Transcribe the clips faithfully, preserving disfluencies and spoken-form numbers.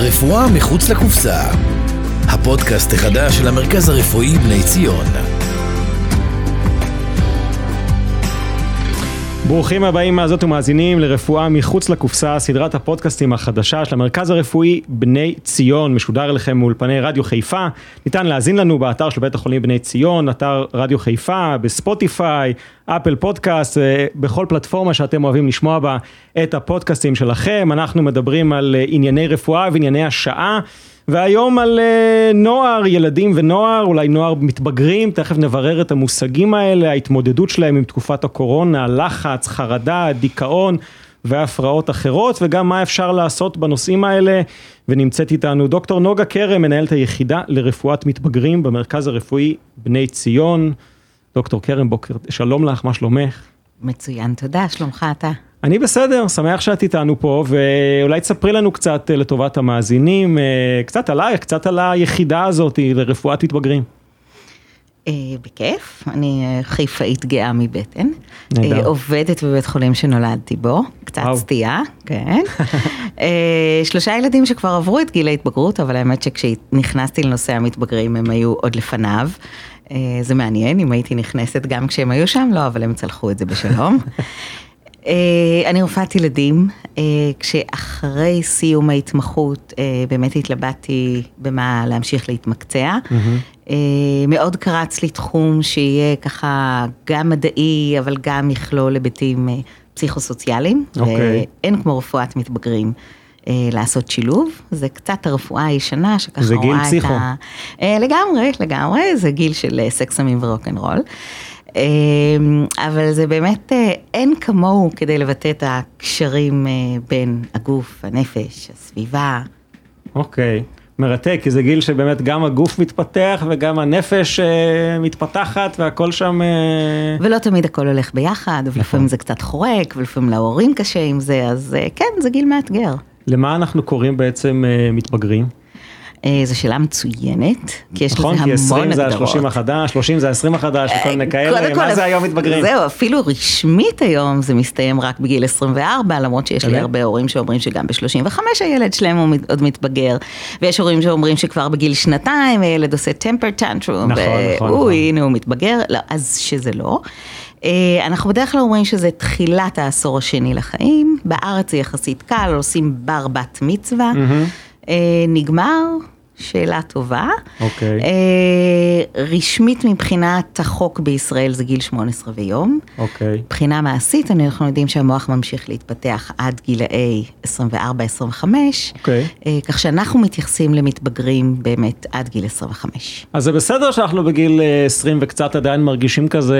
רפואה מחוץ לקופסה, הפודקאסט החדש של המרכז הרפואי בני ציון. ברוכים הבאים מהזאת ומאזינים לרפואה מחוץ לקופסה, סדרת הפודקאסטים החדשה של המרכז הרפואי בני ציון, משודר לכם מאולפני רדיו חיפה. ניתן להאזין לנו באתר של בית החולים בני ציון, אתר רדיו חיפה, בספוטיפיי, אפל פודקאסט, בכל פלטפורמה שאתם אוהבים לשמוע בה את הפודקאסטים שלכם. אנחנו מדברים על ענייני רפואה וענייני השעה, והיום על נוער, ילדים ונוער, אולי נוער מתבגרים, תכף נברר את המושגים האלה, ההתמודדות שלהם עם תקופת הקורונה, הלחץ, חרדה, דיכאון והפרעות אחרות, וגם מה אפשר לעשות בנושאים האלה. ונמצאת איתנו דוקטור נוגה קרם, מנהלת היחידה לרפואת מתבגרים במרכז הרפואי בני ציון. דוקטור קרם, בוקר, שלום לך, מה שלומך? מצוין, תודה, שלומך אתה? אני בסדר, שמח שאת איתנו פה, ואולי תספרי לנו קצת לטובת המאזינים, קצת עלייך, קצת על היחידה הזאת לרפואת מתבגרים. בכיף, אני חיפאית גאה מבטן, עובדת בבית חולים שנולדתי בו, קצת סטייה, כן. שלושה ילדים שכבר עברו את גיל ההתבגרות, אבל האמת שכשנכנסתי לנושא המתבגרים הם היו עוד לפניו, זה מעניין, אם הייתי נכנסת גם כשהם היו שם, לא, אבל הם צלחו את זה בשלום. אני רופאת ילדים, כשאחרי סיום ההתמחות באמת התלבטתי במה להמשיך להתמקצע. מאוד קרץ לי תחום שיהיה ככה גם מדעי, אבל גם יכלול היבטים פסיכוסוציאליים. ואין כמו רפואת מתבגרים לעשות שילוב. זה קצת הרפואה הישנה שככה זה גיל פסיכו. לגמרי, לגמרי, זה גיל של סקס, סמים ורוק'נ'רול. אבל זה באמת אין כמוהו כדי לבטא את הקשרים בין הגוף, הנפש, הסביבה. אוקיי, מרתק, כי זה גיל שבאמת גם הגוף מתפתח וגם הנפש מתפתחת והכל שם... ולא תמיד הכל הולך ביחד, ולפעמים זה קצת חורק, ולפעמים להורים קשה עם זה, אז כן, זה גיל מאתגר. למה אנחנו קוראים בעצם מתבגרים? זו שאלה מצוינת, כי יש לזה המון הגדרות. נכון, כי עשרים זה ה-שלושים החדש, שלושים זה ה-עשרים החדש, וכל מיני כאלה, מה זה היום מתבגרים? זהו, אפילו רשמית היום זה מסתיים רק בגיל עשרים וארבע, למרות שיש לי הרבה הורים שאומרים שגם ב-שלושים וחמש הילד שלהם הוא עוד מתבגר, ויש הורים שאומרים שכבר בגיל שנתיים הילד עושה טמפר טנטרום, ואוי, הנה הוא מתבגר, לא, אז שזה לא. אנחנו בדרך כלל אומרים שזה תחילת העשור השני לחיים, בארץ זה יחסית קל, עושים בר בת מצווה, נגמר, שאלה טובה. אוקיי. רשמית מבחינת החוק בישראל זה גיל שמונה עשרה ויום. אוקיי. מבחינה מעשית, אנחנו יודעים שהמוח ממשיך להתפתח עד גילאי עשרים וארבע עשרים וחמש. אוקיי. כך שאנחנו מתייחסים למתבגרים באמת עד גיל עשרים וחמש. אז זה בסדר שאנחנו בגיל עשרים וקצת עדיין מרגישים כזה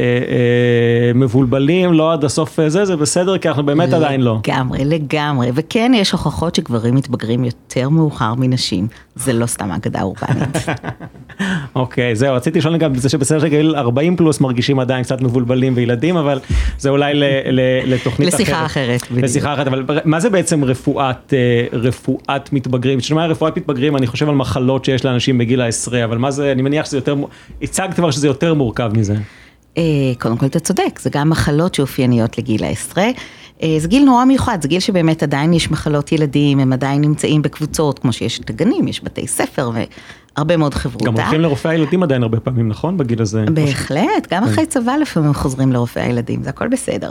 מבולבלים, לא עד הסוף זה, זה בסדר, כי אנחנו באמת עדיין לא. לגמרי, לגמרי. וכן, יש הוכחות שגברים מתבגרים יותר מאוחר מנשים. זה לא סתם אגדה אורבנית. אוקיי, זהו, רציתי לשאול גם זה שבסדר שגיל ארבעים פלוס מרגישים עדיין קצת מבולבלים וילדים, אבל זה אולי לתוכנית אחרת. לשיחה אחרת. לשיחה אחרת, אבל מה זה בעצם רפואת, רפואת מתבגרים? כשאני אומר רפואת מתבגרים, אני חושב על מחלות שיש לאנשים בגיל העשרה, אבל מה זה, אני מניח שזה יותר, הצגת כבר שזה יותר מורכב מזה. קודם כל אתה צודק, זה גם מחלות שאופייניות לגיל העשרה, זה גיל נורא מיוחד, זה גיל שבאמת עדיין יש מחלות ילדים, הם עדיין נמצאים בקבוצות, כמו שיש את הגנים, יש בתי ספר והרבה מאוד חברותה. גם הולכים לרופאי הילדים עדיין הרבה פעמים, נכון? בגיל הזה. בהחלט, גם אחרי צבא לפעמים חוזרים לרופאי הילדים, זה הכל בסדר.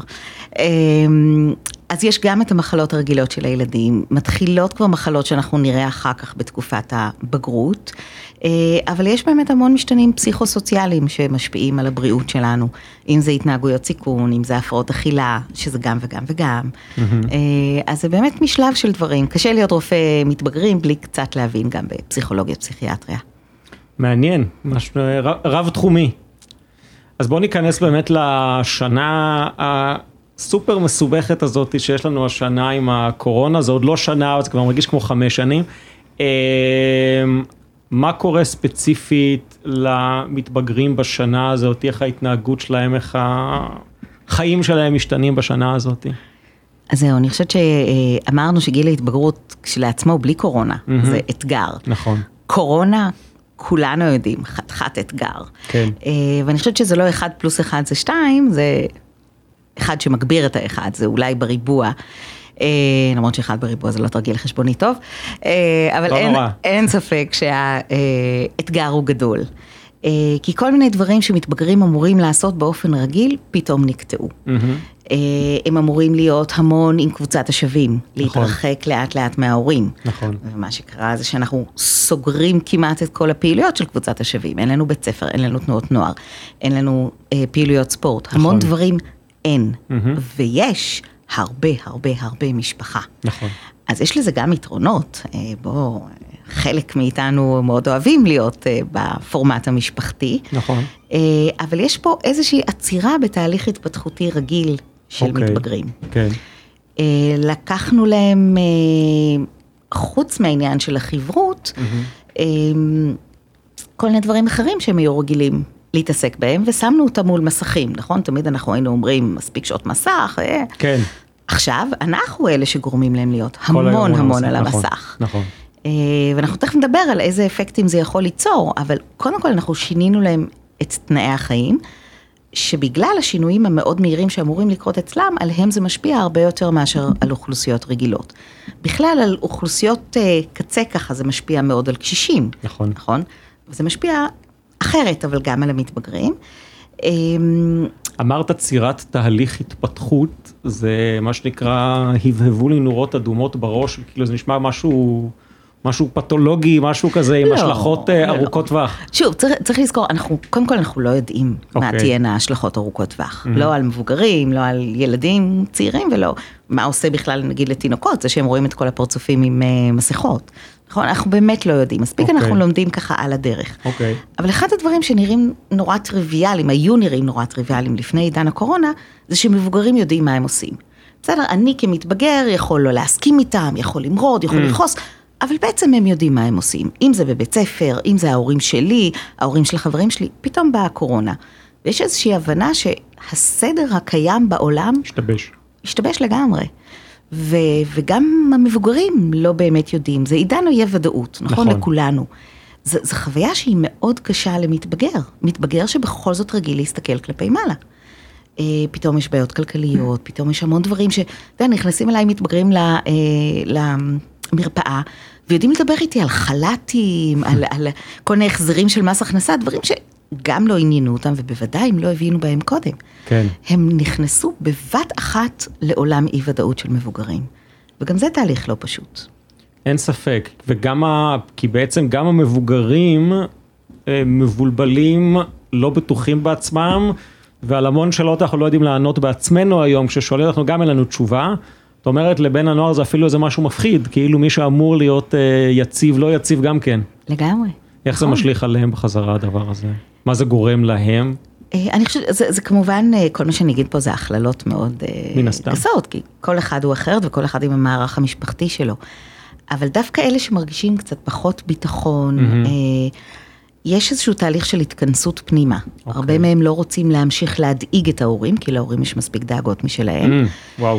אז יש גם את המחלות הרגילות של הילדים, מתחילות כבר מחלות שאנחנו נראה אחר כך בתקופת הבגרות, אבל יש באמת המון משתנים פסיכוסוציאליים שמשפיעים על הבריאות שלנו, אם זה התנהגויות סיכון, אם זה הפרעות אכילה, שזה גם וגם וגם. אז זה באמת משלב של דברים, קשה להיות רופא מתבגרים בלי קצת להבין גם בפסיכולוגיה, פסיכיאטריה. מעניין, משהו רב תחומי. אז בואו ניכנס באמת לשנה הסופר מסובכת הזאת שיש לנו השנה עם הקורונה, זה עוד לא שנה, זה כבר מרגיש כמו חמש שנים. מה קורה ספציפית למתבגרים בשנה הזאת, איך ההתנהגות שלהם, איך החיים שלהם משתנים בשנה הזאת? אז זהו, אני חושבת שאמרנו שגיל ההתבגרות כשלעצמו בלי קורונה, זה אתגר. נכון. קורונה, כולנו יודעים, חתיכת אתגר. כן. ואני חושבת שזה לא אחד פלוס אחד זה שתיים, זה אחד שמגביר את האחד, זה אולי בריבוע. למרות שאחד בריבוע זה לא תרגיל חשבוני טוב, אבל לא אין, נורא. אין ספק שהאתגר הוא גדול. כי כל מיני דברים שמתבגרים אמורים לעשות באופן רגיל, פתאום נקטעו. Mm-hmm. הם אמורים להיות המון עם קבוצת השווים, נכון. להתרחק לאט לאט מההורים. נכון. ומה שקרה זה שאנחנו סוגרים כמעט את כל הפעילויות של קבוצת השווים. אין לנו בית ספר, אין לנו תנועות נוער, אין לנו אה, פעילויות ספורט. נכון. המון דברים אין. Mm-hmm. ויש הרבה הרבה הרבה משפחה. נכון. אז יש לזה גם יתרונות. אה, בוא... חלק מאיתנו מאוד אוהבים להיות uh, בפורמט המשפחתי. נכון. Uh, אבל יש פה איזושהי עצירה בתהליך התפתחותי רגיל של okay. מתבגרים. כן. Uh, לקחנו להם, uh, חוץ מהעניין של החברות, mm-hmm. uh, כל מיני דברים אחרים שהם היו רגילים להתעסק בהם, ושמנו אותם מול מסכים, נכון? תמיד אנחנו היינו אומרים, מספיק שעות מסך. Uh, כן. עכשיו, אנחנו אלה שגורמים להם להיות המון המון על המסך. נכון. נכון. ואנחנו תכף נדבר על איזה אפקטים זה יכול ליצור, אבל קודם כל אנחנו שינינו להם את תנאי החיים, שבגלל השינויים המאוד מהירים שאמורים לקרות אצלם, עליהם זה משפיע הרבה יותר מאשר על אוכלוסיות רגילות. בכלל על אוכלוסיות קצה ככה זה משפיע מאוד על קשישים. נכון. נכון? וזה משפיע אחרת, אבל גם על המתבגרים. אמרת צירת תהליך התפתחות, זה מה שנקרא, הבהבו לי נורות אדומות בראש, כאילו זה נשמע משהו... משהו פתולוגי, משהו כזה, עם השלכות ארוכות טווח. שוב, צריך לזכור, אנחנו, קודם כל אנחנו לא יודעים מה תהיינה השלכות ארוכות טווח. לא על מבוגרים, לא על ילדים צעירים, ולא מה עושה בכלל, נגיד, לתינוקות, זה שהם רואים את כל הפרצופים עם מסכות. נכון? אנחנו באמת לא יודעים. מספיק אנחנו לומדים ככה על הדרך. אבל אחד הדברים שנראים נורא טריוויאליים, היו נראים נורא טריוויאליים לפני עידן הקורונה, זה שמבוגרים יודעים מה הם עושים. בסדר, אני כמתבגר יכול לא להסכים איתם, יכול למרוד, יכול לחוס, אבל בעצם הם יודעים מה הם עושים. אם זה בבית ספר, אם זה ההורים שלי, ההורים של החברים שלי, פתאום באה הקורונה. ויש איזושהי הבנה שהסדר הקיים בעולם... השתבש. השתבש לגמרי. ו- וגם המבוגרים לא באמת יודעים. זה עידן אויב ודאות, נכון? נכון. לכולנו. זו, זו חוויה שהיא מאוד קשה למתבגר. מתבגר שבכל זאת רגיל להסתכל כלפי מעלה. פתאום יש בעיות כלכליות, פתאום יש המון דברים ש... אתה יודע, נכנסים אליי מתבגרים ל... ל... מרפאה, ויודעים לדבר איתי על חלטים, על, על כל מיני החזרים של מס הכנסה, דברים שגם לא עניינו אותם, ובוודאי הם לא הבינו בהם קודם. כן. הם נכנסו בבת אחת לעולם אי ודאות של מבוגרים. וגם זה תהליך לא פשוט. אין ספק, וגם, ה... כי בעצם גם המבוגרים מבולבלים, לא בטוחים בעצמם, ועל המון שאלות אנחנו לא יודעים לענות בעצמנו היום, כששואלים אנחנו גם אין לנו תשובה, זאת אומרת, לבן הנוער זה אפילו איזה משהו מפחיד, כאילו מי שאמור להיות אה, יציב, לא יציב גם כן. לגמרי. איך נכון. זה משליך עליהם בחזרה הדבר הזה? מה זה גורם להם? אה, אני חושבת, זה, זה כמובן, אה, כל מה שאני אגיד פה זה הכללות מאוד אה, גסות, כי כל אחד הוא אחרת וכל אחד עם המערך המשפחתי שלו. אבל דווקא אלה שמרגישים קצת פחות ביטחון, mm-hmm. אה, יש איזשהו תהליך של התכנסות פנימה. Okay. הרבה מהם לא רוצים להמשיך להדאיג את ההורים, כי להורים יש מספיק דאגות משלהם. Mm, וואו.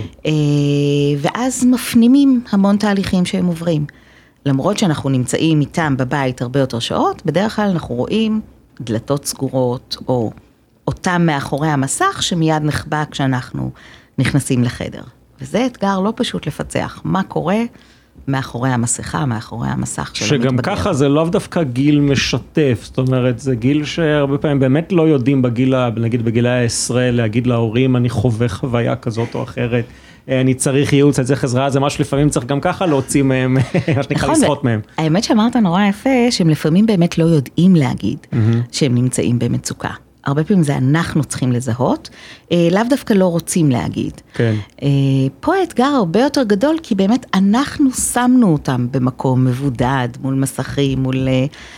ואז מפנימים המון תהליכים שהם עוברים. למרות שאנחנו נמצאים איתם בבית הרבה יותר שעות, בדרך כלל אנחנו רואים דלתות סגורות, או אותם מאחורי המסך, שמיד נחבא כשאנחנו נכנסים לחדר. וזה אתגר לא פשוט לפצח. מה קורה מאחורי המסכה, מאחורי המסך של המתבגר. שגם ככה זה לא דווקא גיל משתף, זאת אומרת, זה גיל שהרבה פעמים באמת לא יודעים בגיל, נגיד בגילי העשרה, להגיד להורים, אני חווה חוויה כזאת או אחרת, אני צריך ייעוץ, אני צריך עזרה, זה משהו לפעמים צריך גם ככה להוציא מהם, מה שנקרא לסחוט מהם. האמת שאמרת נורא יפה, שהם לפעמים באמת לא יודעים להגיד שהם נמצאים במצוקה. הרבה פעמים זה אנחנו צריכים לזהות, לאו דווקא לא רוצים להגיד. כן. פה האתגר הרבה יותר גדול, כי באמת אנחנו שמנו אותם במקום מבודד, מול מסכים, מול...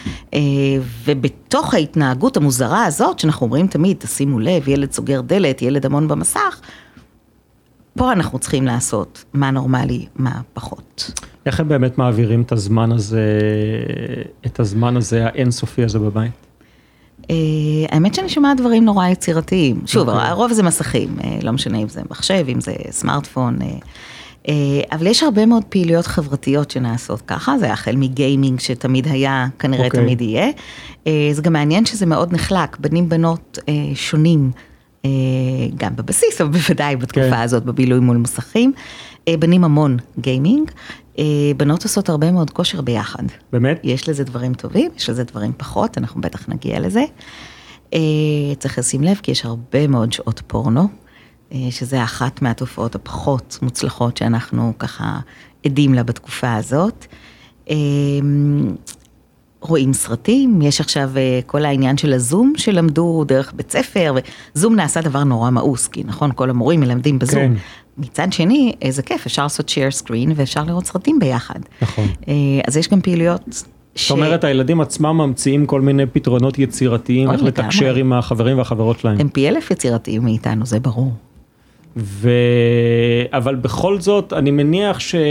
ובתוך ההתנהגות המוזרה הזאת, שאנחנו אומרים תמיד, תשימו לב, ילד סוגר דלת, ילד המון במסך, פה אנחנו צריכים לעשות מה נורמלי, מה פחות. איך הם באמת מעבירים את הזמן הזה, את הזמן הזה, האינסופי הזה בבית? האמת שאני שומעת דברים נורא יצירתיים. שוב, הרוב זה מסכים, לא משנה אם זה מחשב, אם זה סמארטפון, אבל יש הרבה מאוד פעילויות חברתיות שנעשות ככה, זה החל מגיימינג שתמיד היה, כנראה תמיד יהיה. זה גם מעניין שזה מאוד נחלק, בנים בנות שונים גם בבסיס, אבל בוודאי בתקופה הזאת, בבילוי מול מסכים. בנים המון גיימינג, בנות עושות הרבה מאוד כושר ביחד. באמת? יש לזה דברים טובים, יש לזה דברים פחות, אנחנו בטח נגיע לזה. צריך לשים לב, כי יש הרבה מאוד שעות פורנו, שזה אחת מהתופעות הפחות מוצלחות שאנחנו ככה עדים לה בתקופה הזאת. רואים סרטים, יש עכשיו כל העניין של הזום שלמדו דרך בית ספר, וזום נעשה דבר נורא מאוס, כי נכון, כל המורים מלמדים בזום. כן. מצד שני, איזה כיף, אפשר לעשות share screen ואפשר לראות סרטים ביחד. נכון. אז יש גם פעילויות ש... זאת אומרת, הילדים עצמם ממציאים כל מיני פתרונות יצירתיים, איך לתקשר עם החברים והחברות שלהם. הם פי אלף יצירתיים מאיתנו, זה ברור. ו... אבל בכל זאת, אני מניח ש...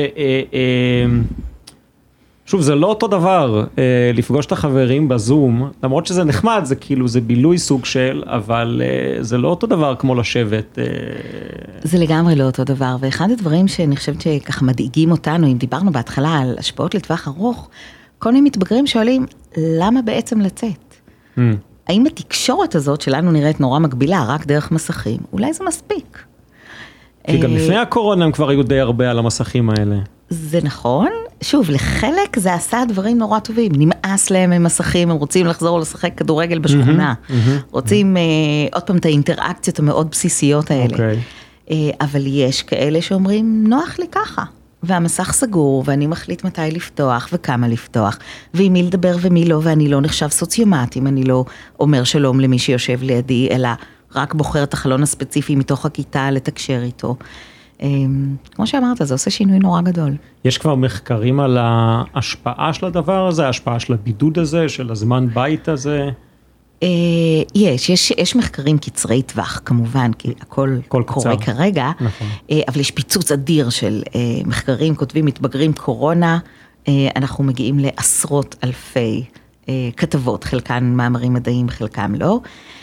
שוב, זה לא אותו דבר, לפגוש את החברים בזום, למרות שזה נחמד, זה כאילו, זה בילוי סוג של, אבל זה לא אותו דבר כמו לשבת. זה לגמרי לא אותו דבר, ואחד הדברים שאני חושבת שככה מדאיגים אותנו, אם דיברנו בהתחלה על השפעות לטווח ארוך, כל מיני מתבגרים שואלים, למה בעצם לצאת? Mm. האם התקשורת הזאת שלנו נראית נורא מגבילה, רק דרך מסכים? אולי זה מספיק. כי גם לפני הקורונה הם כבר היו די הרבה על המסכים האלה. זה נכון. שוב, לחלק זה עשה דברים נורא טובים. נמאס להם עם מסכים, הם רוצים לחזור לשחק כדורגל בשכונה. Mm-hmm, mm-hmm, רוצים mm-hmm. uh, עוד פעם את האינטראקציות המאוד בסיסיות האלה. Okay. Uh, אבל יש כאלה שאומרים, נוח לי ככה. והמסך סגור, ואני מחליט מתי לפתוח וכמה לפתוח, ועם מי לדבר ומי לא, ואני לא נחשב סוציומט, אם אני לא אומר שלום למי שיושב לידי, אלא רק בוחר את החלון הספציפי מתוך הכיתה לתקשר איתו. כמו שאמרת, זה עושה שינוי נורא גדול. יש כבר מחקרים על ההשפעה של הדבר הזה, ההשפעה של הבידוד הזה, של הזמן בית הזה? יש, יש, יש מחקרים קצרי טווח, כמובן, כי הכל קורה כרגע, אבל יש פיצוץ אדיר של מחקרים, כותבים, מתבגרים קורונה, אנחנו מגיעים לעשרות אלפי כתבות, חלקן מאמרים מדעיים, חלקם לא.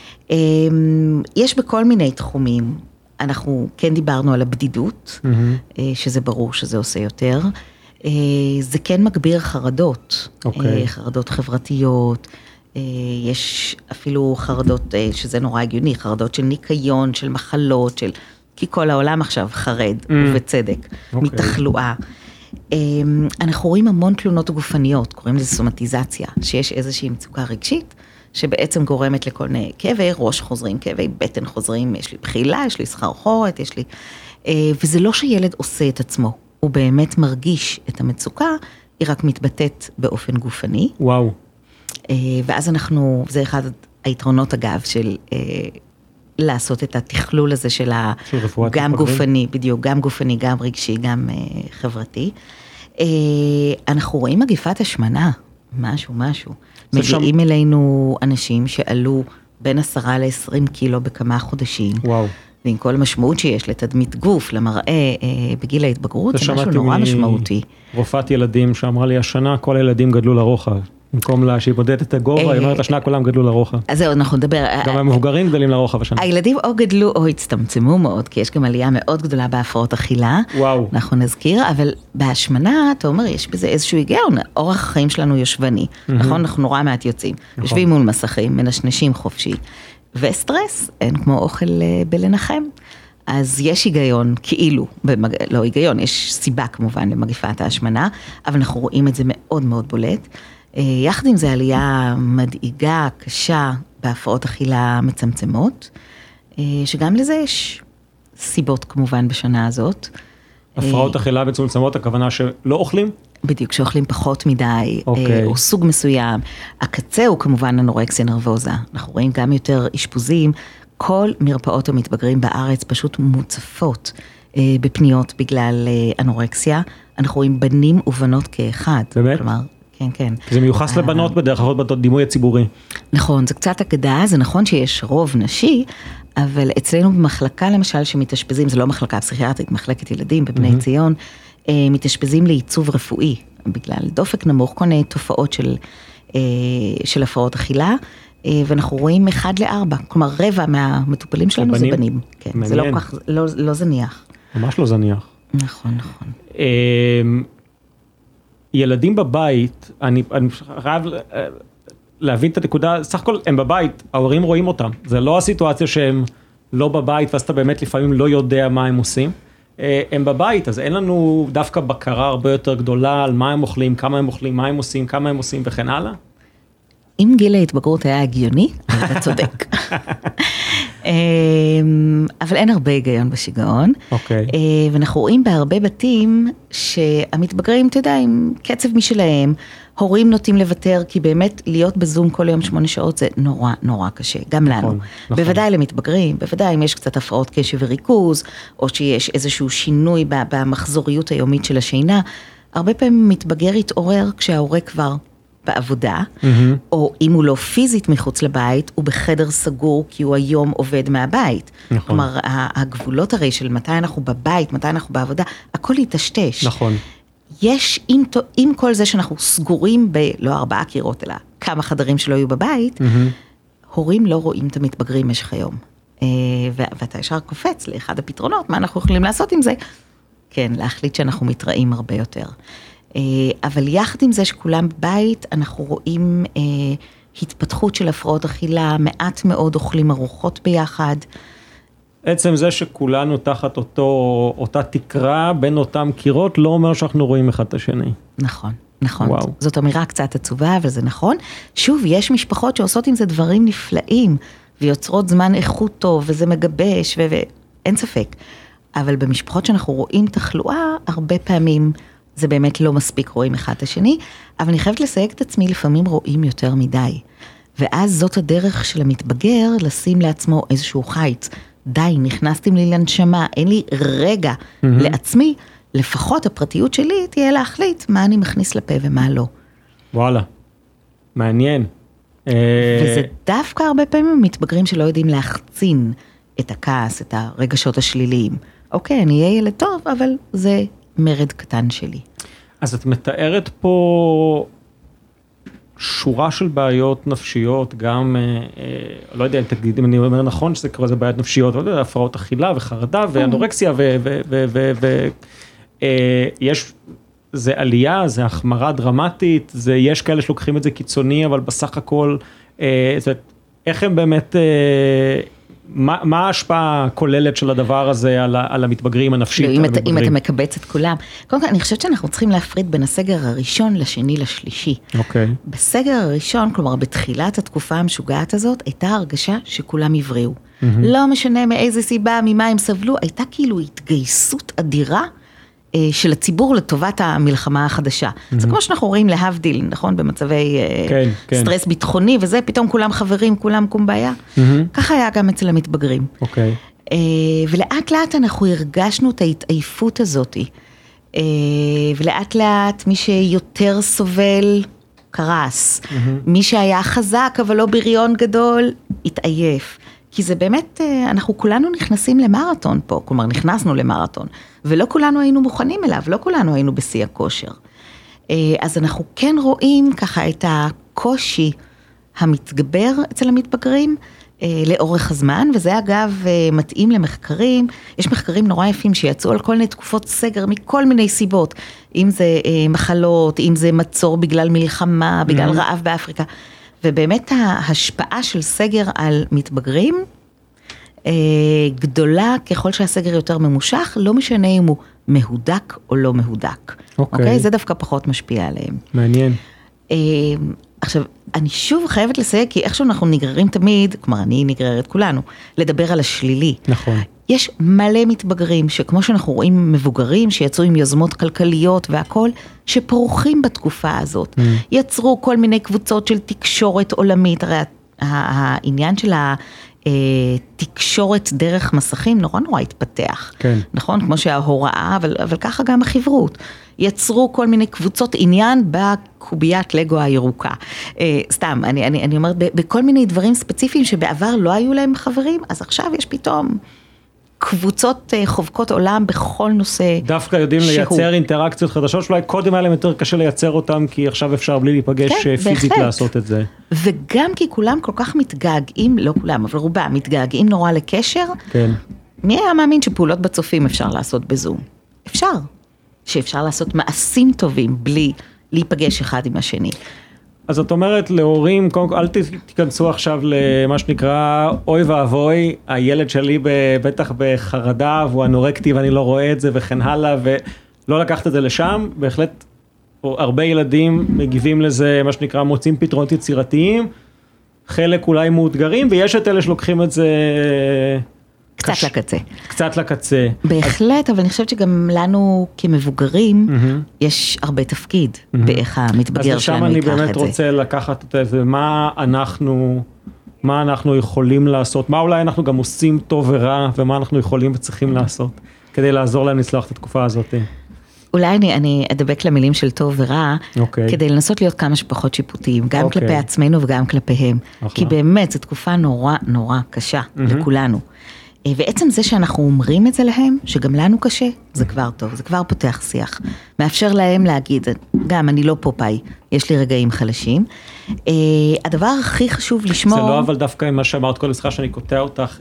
יש בכל מיני תחומים, אנחנו כן דיברנו על הבדידות, mm-hmm. שזה ברור שזה עושה יותר, זה כן מגביר חרדות, okay. חרדות חברתיות, יש אפילו חרדות, שזה נורא הגיוני, חרדות של ניקיון, של מחלות, של... כי כל העולם עכשיו חרד, mm. ובצדק, okay. מתחלואה. אנחנו רואים המון תלונות גופניות, קוראים לזה סומטיזציה, שיש איזושהי מצוקה רגשית, שבעצם גורמת לכל מיני כאבי ראש חוזרים, כאבי בטן חוזרים, יש לי בחילה, יש לי סחרחורת, יש לי... וזה לא שילד עושה את עצמו, הוא באמת מרגיש את המצוקה, היא רק מתבטאת באופן גופני. וואו. ואז אנחנו, זה אחד היתרונות אגב, של לעשות את התכלול הזה של ה... גם גופני, בדיוק, גם גופני, גם רגשי, גם חברתי. אנחנו רואים מגיפת השמנה, משהו, משהו. מגיעים אלינו אנשים שעלו בין עשרה לעשרים קילו בכמה חודשים. וואו. ועם כל המשמעות שיש לתדמית גוף, למראה בגיל ההתבגרות, זה משהו נורא משמעותי. רופאת ילדים שאמרה לי, השנה כל הילדים גדלו לרוחב. במקום לה שהיא בודדת את הגובה, היא אומרת, השנה כולם גדלו לרוחב. אז זהו, אנחנו נדבר. גם המבוגרים גדלים לרוחב השנה. הילדים או גדלו או הצטמצמו מאוד, כי יש גם עלייה מאוד גדולה בהפרעות אכילה. וואו. אנחנו נזכיר, אבל בהשמנה, אתה אומר, יש בזה איזשהו היגיון, אורח החיים שלנו יושבני. נכון, אנחנו נורא מעט יוצאים. יושבים מול מסכים, מנשנשים חופשי. וסטרס, אין כמו אוכל בלנחם. אז יש היגיון, כאילו, במג... לא היגיון, יש סיבה כמובן למגפת ההשמנה, אבל אנחנו רואים את זה מאוד מאוד בולט. יחד עם זה עלייה מדאיגה, קשה, בהפרעות אכילה מצמצמות, שגם לזה יש סיבות כמובן בשנה הזאת. הפרעות אכילה מצומצמות, הכוונה שלא אוכלים? בדיוק, שאוכלים פחות מדי, okay. או סוג מסוים. הקצה הוא כמובן אנורקסיה נרבוזה. אנחנו רואים גם יותר אשפוזים, כל מרפאות המתבגרים בארץ פשוט מוצפות בפניות בגלל אנורקסיה. אנחנו רואים בנים ובנות כאחד. באמת? כלומר, כן, כן. זה מיוחס לבנות בדרך כלל בדימוי הציבורי. נכון, זה קצת אגדה, זה נכון שיש רוב נשי, אבל אצלנו במחלקה למשל שמתאשפזים, זה לא מחלקה פסיכיאטרית, מחלקת ילדים בבני ציון, מתאשפזים לעיצוב רפואי, בגלל דופק נמוך, כל מיני תופעות של, של הפרעות אכילה, ואנחנו רואים אחד לארבע, כלומר רבע מהמטופלים שלנו זה בנים. כן, זה לא כך, לא, לא זניח. ממש לא זניח. נכון, נכון. ילדים בבית, אני, אני חייב להבין את הנקודה, סך הכל הם בבית, ההורים רואים אותם, זה לא הסיטואציה שהם לא בבית, ואז אתה באמת לפעמים לא יודע מה הם עושים. הם בבית, אז אין לנו דווקא בקרה הרבה יותר גדולה על מה הם אוכלים, כמה הם אוכלים, מה הם עושים, כמה הם עושים וכן הלאה. אם גיל ההתבגרות היה הגיוני, אתה צודק. אבל אין הרבה היגיון בשיגעון. אוקיי. ואנחנו רואים בהרבה בתים שהמתבגרים, אתה יודע, עם קצב משלהם, הורים נוטים לוותר, כי באמת להיות בזום כל יום שמונה שעות זה נורא נורא קשה, גם לנו. נכון, נכון. בוודאי למתבגרים, בוודאי אם יש קצת הפרעות קשב וריכוז, או שיש איזשהו שינוי במחזוריות היומית של השינה, הרבה פעמים מתבגר יתעורר כשההורה כבר בעבודה, mm-hmm. או אם הוא לא פיזית מחוץ לבית, הוא בחדר סגור, כי הוא היום עובד מהבית. נכון. כלומר, הגבולות הרי של מתי אנחנו בבית, מתי אנחנו בעבודה, הכל יתשתש. נכון. יש, עם, עם כל זה שאנחנו סגורים ב, לא ארבעה קירות, אלא כמה חדרים שלא יהיו בבית, mm-hmm. הורים לא רואים את המתבגרים משך היום. ואתה ישר קופץ לאחד הפתרונות, מה אנחנו יכולים לעשות עם זה? כן, להחליט שאנחנו מתראים הרבה יותר. אבל יחד עם זה שכולם בבית, אנחנו רואים אה, התפתחות של הפרעות אכילה, מעט מאוד אוכלים ארוחות ביחד. עצם זה שכולנו תחת אותו, אותה תקרה בין אותם קירות, לא אומר שאנחנו רואים אחד את השני. נכון, נכון. וואו. זאת אמירה קצת עצובה, אבל זה נכון. שוב, יש משפחות שעושות עם זה דברים נפלאים, ויוצרות זמן איכות טוב, וזה מגבש, ו- ואין ספק. אבל במשפחות שאנחנו רואים תחלואה, הרבה פעמים זה באמת לא מספיק רואים אחד את השני, אבל אני חייבת לסייג את עצמי, לפעמים רואים יותר מדי. ואז זאת הדרך של המתבגר, לשים לעצמו איזשהו חיץ. די, נכנסתם לי לנשמה, אין לי רגע mm-hmm. לעצמי, לפחות הפרטיות שלי תהיה להחליט מה אני מכניס לפה ומה לא. וואלה, מעניין. וזה דווקא הרבה פעמים מתבגרים שלא יודעים להחצין את הכעס, את הרגשות השליליים. אוקיי, אני אהיה ילד טוב, אבל זה מרד קטן שלי. אז את מתארת פה שורה של בעיות נפשיות, גם, לא יודע, תגיד, אם אני אומר נכון, שזה כבר זה בעיות נפשיות, לא יודע, הפרעות אכילה וחרדה ואנורקסיה, ויש, זה עלייה, זה החמרה דרמטית, זה, יש כאלה שלוקחים את זה קיצוני, אבל בסך הכל, איך הם באמת, מה, מה ההשפעה הכוללת של הדבר הזה על, על המתבגרים הנפשית? לא, אם, אתה, אם אתה מקבץ את כולם. קודם כל, אני חושבת שאנחנו צריכים להפריד בין הסגר הראשון לשני לשלישי. אוקיי. בסגר הראשון, כלומר, בתחילת התקופה המשוגעת הזאת, הייתה הרגשה שכולם הבריאו. Mm-hmm. לא משנה מאיזה סיבה, ממה הם סבלו, הייתה כאילו התגייסות אדירה, של הציבור לטובת המלחמה החדשה. Mm-hmm. זה כמו שאנחנו רואים להבדיל, נכון? במצבי כן, כן. סטרס ביטחוני, וזה פתאום כולם חברים, כולם קומביה. Mm-hmm. ככה היה גם אצל המתבגרים. אוקיי. Okay. ולאט לאט אנחנו הרגשנו את ההתעייפות הזאת. ולאט לאט מי שיותר סובל, קרס. Mm-hmm. מי שהיה חזק, אבל לא בריון גדול, התעייף. כי זה באמת, אנחנו כולנו נכנסים למרתון פה, כלומר נכנסנו למרתון, ולא כולנו היינו מוכנים אליו, לא כולנו היינו בשיא הכושר. אז אנחנו כן רואים ככה את הקושי המתגבר אצל המתבגרים לאורך הזמן, וזה אגב מתאים למחקרים, יש מחקרים נורא יפים שיצאו על כל מיני תקופות סגר מכל מיני סיבות, אם זה מחלות, אם זה מצור בגלל מלחמה, בגלל mm-hmm. רעב באפריקה, ובאמת ההשפעה של סגר על מתבגרים, גדולה ככל שהסגר יותר ממושך, לא משנה אם הוא מהודק או לא מהודק. אוקיי? זה דווקא פחות משפיע עליהם. מעניין. עכשיו, אני שוב חייבת לסייג, כי איכשהו אנחנו נגררים תמיד, כלומר אני נגררת כולנו, לדבר על השלילי. נכון. יש מלא מתבגרים, שכמו שאנחנו רואים מבוגרים, שיצאו עם יוזמות כלכליות והכל, שפורחים בתקופה הזאת. Mm. יצרו כל מיני קבוצות של תקשורת עולמית, הרי העניין של התקשורת דרך מסכים נורא נורא התפתח. כן. נכון? כמו שההוראה, אבל, אבל ככה גם החברות. יצרו כל מיני קבוצות עניין בקוביית לגו הירוקה. סתם, אני, אני, אני אומרת, בכל מיני דברים ספציפיים שבעבר לא היו להם חברים, אז עכשיו יש פתאום קבוצות חובקות עולם בכל נושא דווקא יודעים שהוא. לייצר אינטראקציות חדשות, שאולי קודם היה להם יותר קשה לייצר אותם, כי עכשיו אפשר בלי להיפגש כן, פיזית בהחלט. לעשות את זה. וגם כי כולם כל כך מתגעגעים, לא כולם, אבל רובם מתגעגעים נורא לקשר, כן. מי היה מאמין שפעולות בצופים אפשר לעשות בזום? אפשר. שאפשר לעשות מעשים טובים בלי להיפגש אחד עם השני. אז את אומרת להורים, קודם כל, אל תיכנסו עכשיו למה שנקרא, אוי ואבוי, הילד שלי בטח בחרדה, והוא אנורקטי ואני לא רואה את זה וכן הלאה, ולא לקחת את זה לשם, בהחלט הרבה ילדים מגיבים לזה, מה שנקרא, מוצאים פתרונות יצירתיים, חלק אולי מאותגרים, ויש את אלה שלוקחים את זה... קצת קש... לקצה. קצת לקצה. בהחלט, אבל אני חושבת שגם לנו כמבוגרים, mm-hmm. יש הרבה תפקיד mm-hmm. באיך המתבגר שלנו ייקח את זה. אז לשם אני באמת רוצה לקחת את זה, מה אנחנו, מה אנחנו יכולים לעשות, מה אולי אנחנו גם עושים טוב ורע, ומה אנחנו יכולים וצריכים לעשות, כדי לעזור להם לצלוח את התקופה הזאת. אולי אני, אני אדבק למילים של טוב ורע, okay. כדי לנסות להיות כמה שפחות שיפוטיים, גם okay. כלפי עצמנו וגם כלפיהם. Okay. כי באמת, זו תקופה נורא נורא קשה mm-hmm. לכולנו. ועצם זה שאנחנו אומרים את זה להם, שגם לנו קשה, זה כבר טוב, זה כבר פותח שיח. מאפשר להם להגיד, גם אני לא פופאי, יש לי רגעים חלשים. הדבר הכי חשוב לשמור... זה לא אבל דווקא עם מה שאמרת כל סליחה שאני קוטע אותך,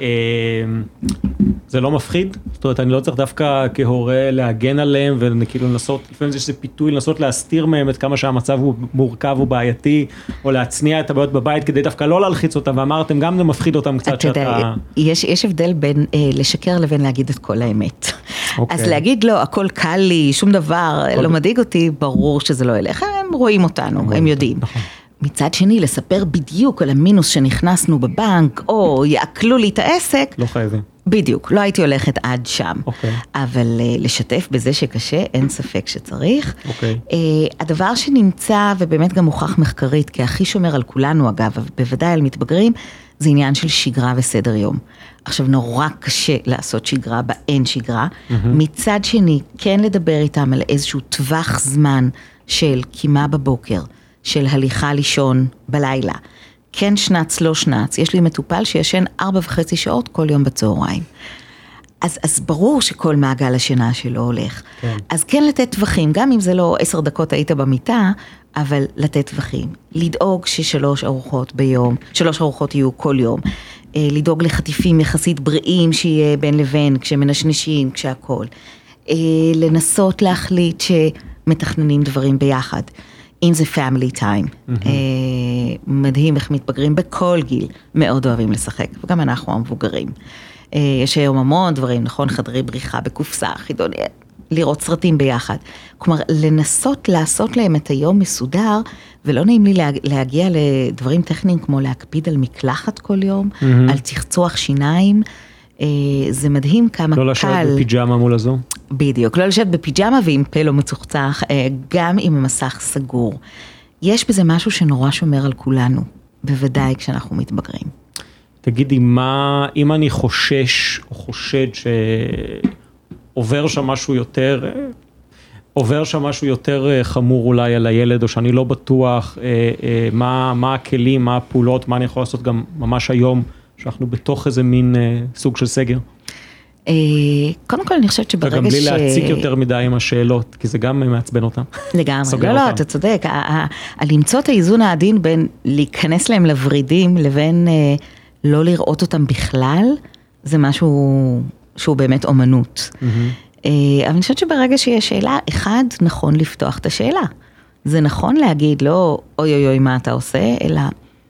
זה לא מפחיד? זאת אומרת, אני לא צריך דווקא כהורה להגן עליהם, וכאילו לנסות, לפעמים זה שזה פיתוי, לנסות להסתיר מהם את כמה שהמצב הוא מורכב ובעייתי, או להצניע את הבעיות בבית, כדי דווקא לא להלחיץ אותם, ואמרתם, גם זה מפחיד אותם קצת שאתה... יש הבדל בין לשקר לבין להגיד את כל האמת. אז להגיד לו, הכל קל לי, שום דבר, לא מדאיג אותי, ברור שזה לא ילך, הם רואים אותנו, הם יודעים. מצד שני, לספר בדיוק על המינוס שנכנסנו בבנק, או יעקלו לי את העסק. לא חייבים. בדיוק, לא הייתי הולכת עד שם. אוקיי. אבל לשתף בזה שקשה, אין ספק שצריך. אוקיי. הדבר שנמצא, ובאמת גם מוכח מחקרית, כי הכי שומר על כולנו אגב, בוודאי על מתבגרים, זה עניין של שגרה וסדר יום. עכשיו נורא קשה לעשות שגרה באין שגרה. Mm-hmm. מצד שני, כן לדבר איתם על איזשהו טווח זמן של קימה בבוקר, של הליכה לישון בלילה. כן שנץ, לא שנץ. יש לי מטופל שישן ארבע וחצי שעות כל יום בצהריים. אז, אז ברור שכל מעגל השינה שלו הולך. כן. אז כן לתת טווחים, גם אם זה לא עשר דקות היית במיטה, אבל לתת טווחים. לדאוג ששלוש ארוחות ביום, שלוש ארוחות יהיו כל יום. לדאוג לחטיפים יחסית בריאים שיהיה בין לבין, כשמנשנשים, כשהכל. לנסות להחליט שמתכננים דברים ביחד. אם זה family time. Mm-hmm. מדהים איך מתבגרים בכל גיל, מאוד אוהבים לשחק, וגם אנחנו המבוגרים. יש היום המון דברים, נכון? חדרי בריחה בקופסה, חידון, לראות סרטים ביחד. כלומר, לנסות לעשות להם את היום מסודר, ולא נעים לי להגיע לדברים טכניים, כמו להקפיד על מקלחת כל יום, mm-hmm. על צחצוח שיניים, זה מדהים כמה קל. לא לשבת בפיג'מה מול הזו? בדיוק, לא לשבת בפיג'מה ועם פה לא מצוחצח, גם עם המסך סגור. יש בזה משהו שנורא שומר על כולנו, בוודאי כשאנחנו מתבגרים. תגידי, מה, אם אני חושש או חושד שעובר שם משהו יותר, עובר שם משהו יותר חמור אולי על הילד, או שאני לא בטוח מה, מה הכלים, מה הפעולות, מה אני יכול לעשות גם ממש היום, שאנחנו בתוך איזה מין סוג של סגר? קודם כל אני חושבת שברגע ש... וגם בלי להציק יותר מדי עם השאלות, כי זה גם מעצבן אותם. לגמרי, לא, לא, אתה צודק. למצוא את האיזון העדין בין להיכנס להם לברידים, לבין לא לראות אותם בכלל, זה משהו שהוא באמת אומנות. אבל אני חושבת שברגע שיש שאלה, אחד, נכון לפתוח את השאלה. זה נכון להגיד, לא, אוי אוי אוי מה אתה עושה, אלא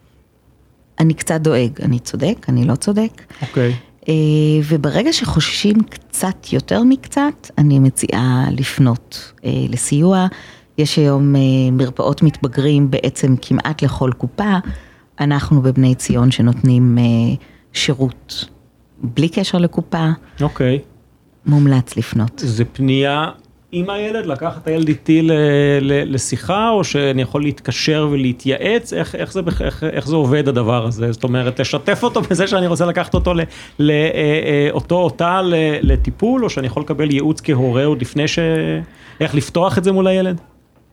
אני קצת דואג, אני צודק, אני לא צודק. אוקיי. וברגע שחוששים קצת יותר מקצת, אני מציעה לפנות לסיוע. יש היום מרפאות מתבגרים בעצם כמעט לכל קופה. אנחנו בבני ציון שנותנים שירות בלי קשר לקופה. אוקיי. מומלץ לפנות. זה פנייה עם הילד, לקחת את הילד איתי לשיחה, או שאני יכול להתקשר ולהתייעץ, איך, איך, זה, איך, איך זה עובד הדבר הזה? זאת אומרת, לשתף אותו בזה שאני רוצה לקחת אותו לאותו אותה לטיפול, או שאני יכול לקבל ייעוץ כהורה עוד לפני ש... איך לפתוח את זה מול הילד?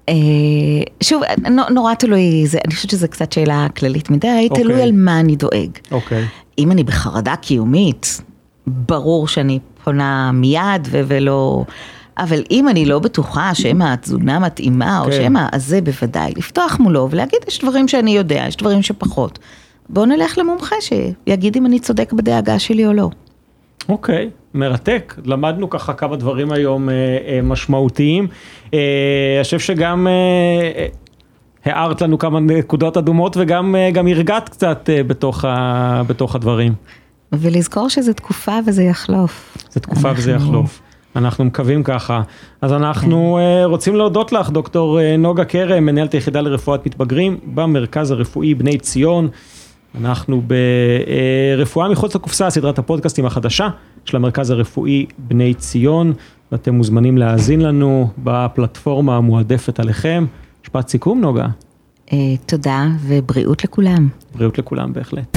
שוב, נורא תלוי, אני חושבת שזו קצת שאלה כללית מדי, תלוי על מה אני דואג. אוקיי. אם אני בחרדה קיומית, ברור שאני פונה מיד ולא... אבל אם אני לא בטוחה שמה התזונה מתאימה, או שמה, אז זה בוודאי, לפתוח מולו ולהגיד, יש דברים שאני יודע, יש דברים שפחות. בואו נלך למומחה שיגיד אם אני צודק בדאגה שלי או לא. אוקיי, מרתק. למדנו ככה כמה דברים היום משמעותיים. אני חושב שגם הערת לנו כמה נקודות אדומות, וגם גם הרגעת קצת בתוך, ה, בתוך הדברים. ולזכור שזה תקופה וזה יחלוף. זה תקופה אנחנו... וזה יחלוף. אנחנו מקווים ככה. אז אנחנו כן. רוצים להודות לך, דוקטור נוגה קרם, מנהלת היחידה לרפואת מתבגרים במרכז הרפואי בני ציון. אנחנו ברפואה מחוץ לקופסה, סדרת הפודקאסטים החדשה של המרכז הרפואי בני ציון, ואתם מוזמנים להאזין לנו בפלטפורמה המועדפת עליכם. משפט סיכום, נוגה. תודה ובריאות לכולם. בריאות לכולם, בהחלט.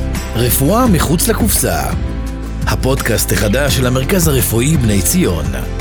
רפואה מחוץ לקופסה, הפודקאסט החדש של המרכז הרפואי בני ציון.